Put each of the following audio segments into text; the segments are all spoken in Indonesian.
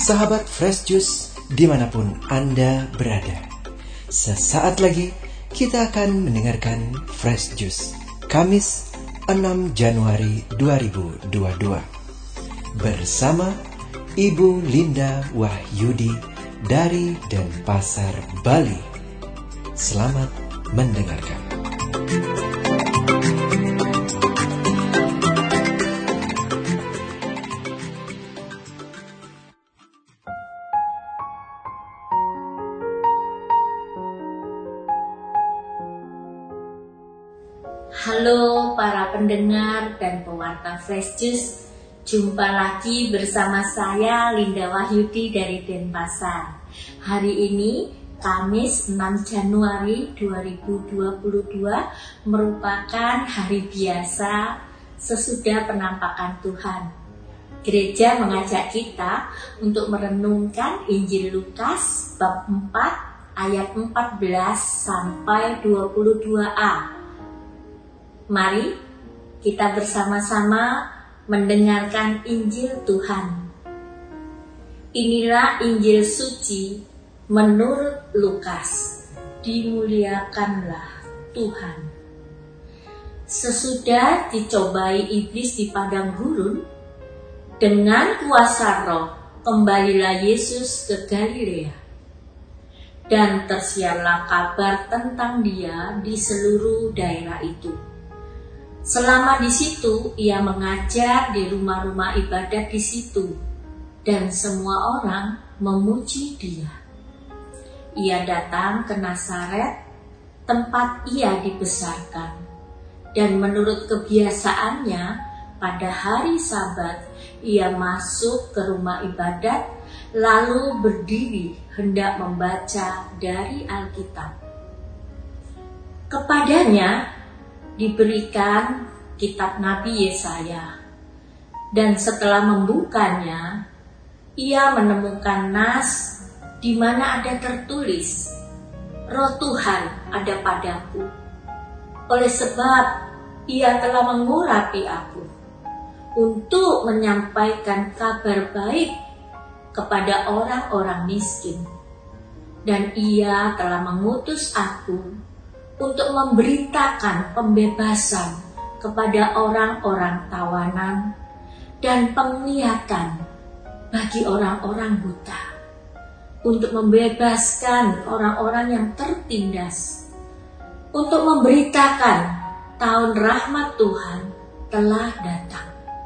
Sahabat Fresh Juice dimanapun Anda berada, sesaat lagi kita akan mendengarkan Fresh Juice Kamis 6 Januari 2022 bersama Ibu Linda Wahyudi dari Denpasar, Bali. Selamat mendengarkan. Halo para pendengar dan pewarta Fresh Juice, jumpa lagi bersama saya Linda Wahyudi dari Denpasar. Hari ini Kamis 6 Januari 2022 merupakan hari biasa sesudah penampakan Tuhan. Gereja mengajak kita untuk merenungkan Injil Lukas bab 4 ayat 14 sampai 22a. Mari kita bersama-sama mendengarkan Injil Tuhan. Inilah Injil suci menurut Lukas. Dimuliakanlah Tuhan. Sesudah dicobai iblis di padang gurun, dengan kuasa Roh kembalilah Yesus ke Galilea. Dan tersiarlah kabar tentang Dia di seluruh daerah itu. Selama di situ, ia mengajar di rumah-rumah ibadat di situ, dan semua orang memuji Dia. Ia datang ke Nazaret, tempat ia dibesarkan, dan menurut kebiasaannya, pada hari Sabat ia masuk ke rumah ibadat, lalu berdiri hendak membaca dari Alkitab. Kepadanya diberikan kitab Nabi Yesaya, dan setelah membukanya, ia menemukan nas di mana ada tertulis, Roh Tuhan ada padaku, oleh sebab ia telah mengurapi aku untuk menyampaikan kabar baik kepada orang-orang miskin, dan ia telah mengutus aku untuk memberitakan pembebasan kepada orang-orang tawanan dan penglihatan bagi orang-orang buta, untuk membebaskan orang-orang yang tertindas, untuk memberitakan tahun rahmat Tuhan telah datang.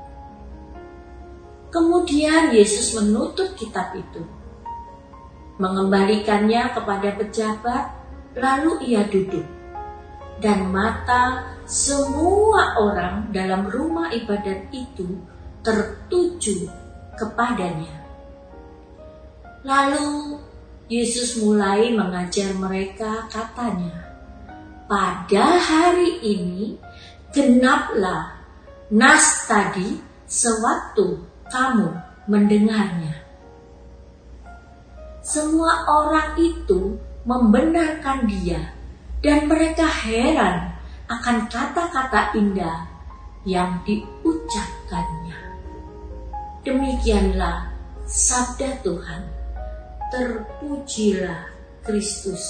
Kemudian Yesus menutup kitab itu, mengembalikannya kepada pejabat, lalu ia duduk. Dan mata semua orang dalam rumah ibadat itu tertuju kepadanya. Lalu Yesus mulai mengajar mereka, katanya, pada hari ini genaplah nas tadi sewaktu kamu mendengarnya. Semua orang itu membenarkan Dia, dan mereka heran akan kata-kata indah yang diucapkannya. Demikianlah sabda Tuhan. Terpujilah Kristus.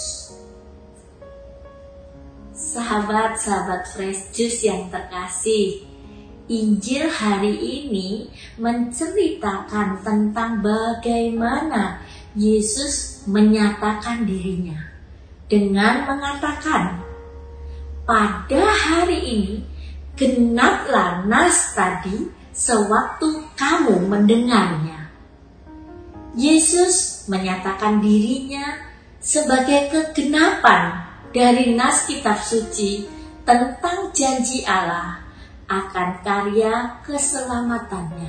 Sahabat-sahabat Fresh Juice yang terkasih, Injil hari ini menceritakan tentang bagaimana Yesus menyatakan dirinya dengan mengatakan, pada hari ini genaplah nas tadi sewaktu kamu mendengarnya. Yesus menyatakan dirinya sebagai kegenapan dari nas kitab suci tentang janji Allah akan karya keselamatannya.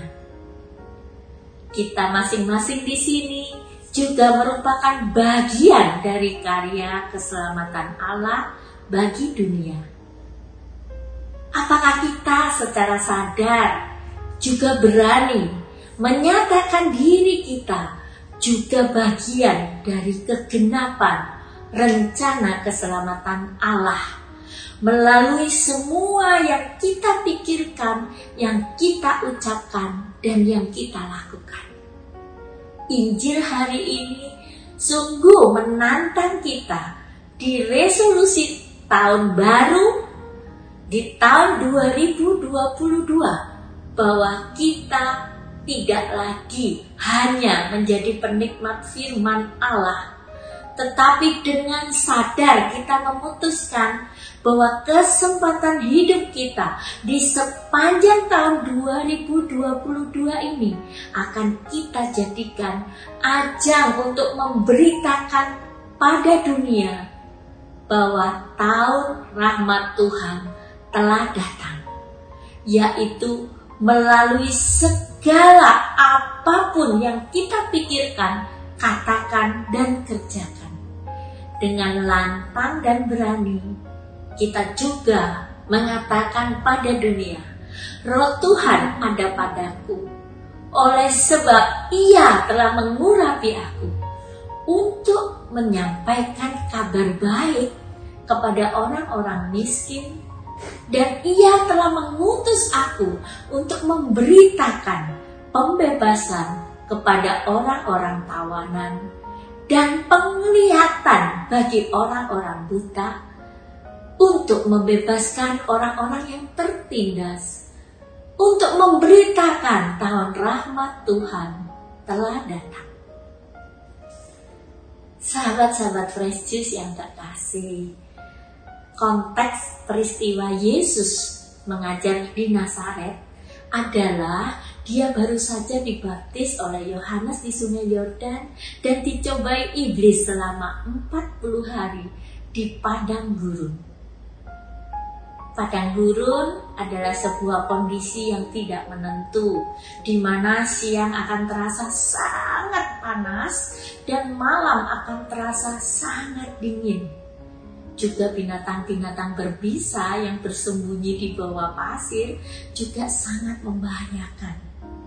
Kita masing-masing di sini juga merupakan bagian dari karya keselamatan Allah bagi dunia. Apakah kita secara sadar juga berani menyatakan diri kita juga bagian dari kegenapan rencana keselamatan Allah melalui semua yang kita pikirkan, yang kita ucapkan, dan yang kita lakukan? Injil hari ini sungguh menantang kita di resolusi tahun baru di tahun 2022 bahwa kita tidak lagi hanya menjadi penikmat firman Allah, tetapi dengan sadar kita memutuskan bahwa kesempatan hidup kita di sepanjang tahun 2022 ini akan kita jadikan ajang untuk memberitakan pada dunia bahwa tahun rahmat Tuhan telah datang, yaitu melalui segala apapun yang kita pikirkan, katakan, dan kerjakan. Dengan lantang dan berani, kita juga mengatakan pada dunia, Roh Tuhan ada padaku, oleh sebab Ia telah mengurapi aku untuk menyampaikan kabar baik kepada orang-orang miskin, dan Ia telah mengutus aku untuk memberitakan pembebasan kepada orang-orang tawanan dan penglihatan bagi orang-orang buta, untuk membebaskan orang-orang yang tertindas, untuk memberitakan tahun rahmat Tuhan telah datang. Sahabat-sahabat Fresh Juice yang terkasih, konteks peristiwa Yesus mengajar di Nazaret adalah Dia baru saja dibaptis oleh Yohanes di Sungai Yordan dan dicobai iblis selama 40 hari di padang gurun. Padang gurun adalah sebuah kondisi yang tidak menentu, di mana siang akan terasa sangat panas dan malam akan terasa sangat dingin. Juga binatang-binatang berbisa yang bersembunyi di bawah pasir juga sangat membahayakan.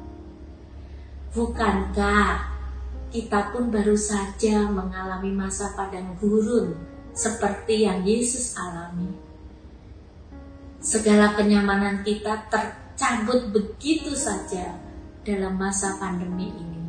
Bukankah kita pun baru saja mengalami masa padang gurun seperti yang Yesus alami? Segala kenyamanan kita tercabut begitu saja dalam masa pandemi ini.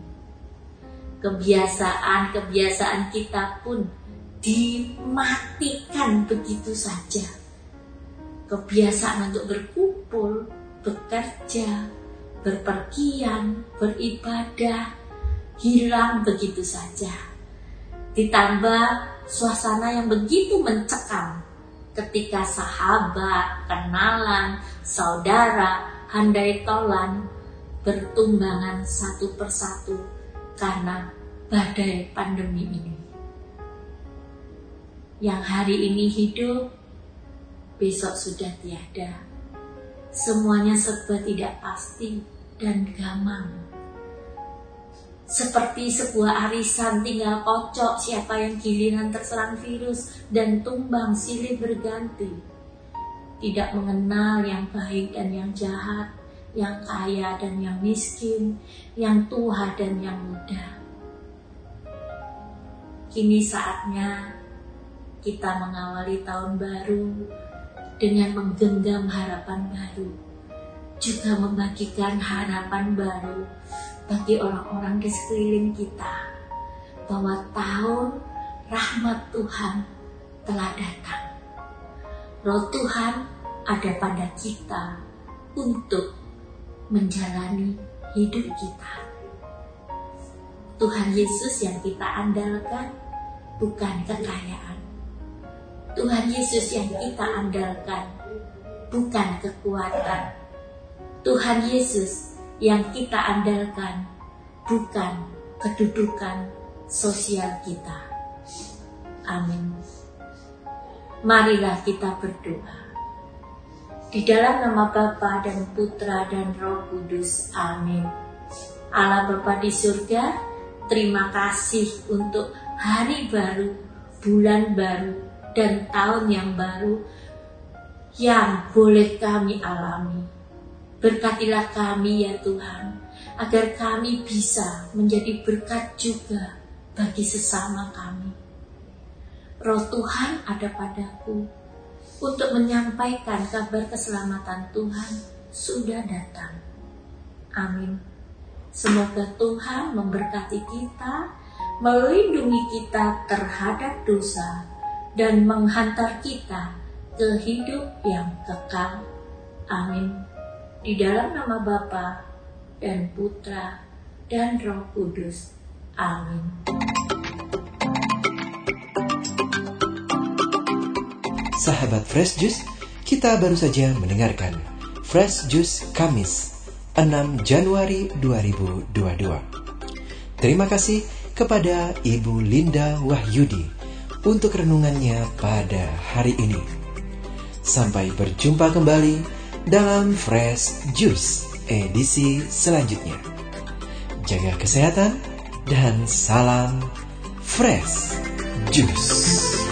Kebiasaan-kebiasaan kita pun dimatikan begitu saja. Kebiasaan untuk berkumpul, bekerja, berpergian, beribadah hilang begitu saja. Ditambah suasana yang begitu mencekam ketika sahabat, kenalan, saudara, handai tolan bertumbangan satu persatu karena badai pandemi ini. Yang hari ini hidup, besok sudah tiada. Semuanya serba tidak pasti dan gamang. Seperti sebuah arisan tinggal kocok siapa yang giliran terserang virus dan tumbang silih berganti. Tidak mengenal yang baik dan yang jahat, yang kaya dan yang miskin, yang tua dan yang muda. Kini saatnya kita mengawali tahun baru dengan menggenggam harapan baru, juga membagikan harapan baru bagi orang-orang di sekeliling kita, bahwa tahun rahmat Tuhan telah datang. Roh Tuhan ada pada kita untuk menjalani hidup kita. Tuhan Yesus yang kita andalkan bukan kekayaan. Tuhan Yesus yang kita andalkan bukan kekuatan. Tuhan Yesus yang kita andalkan bukan kedudukan sosial kita. Amin. Marilah kita berdoa. Di dalam nama Bapa dan Putra dan Roh Kudus. Amin. Allah Bapa di surga, terima kasih untuk hari baru, bulan baru, dan tahun yang baru yang boleh kami alami. Berkatilah kami ya Tuhan, agar kami bisa menjadi berkat juga bagi sesama kami. Roh Tuhan ada padaku untuk menyampaikan kabar keselamatan Tuhan sudah datang. Amin. Semoga Tuhan memberkati kita, melindungi kita terhadap dosa, dan menghantar kita ke hidup yang kekal. Amin. Di dalam nama Bapa dan Putra dan Roh Kudus. Amin. Sahabat Fresh Juice, kita baru saja mendengarkan Fresh Juice Kamis 6 Januari 2022. Terima kasih kepada Ibu Linda Wahyudi untuk renungannya pada hari ini. Sampai berjumpa kembali dalam Fresh Juice edisi selanjutnya. Jaga kesehatan dan salam Fresh Juice.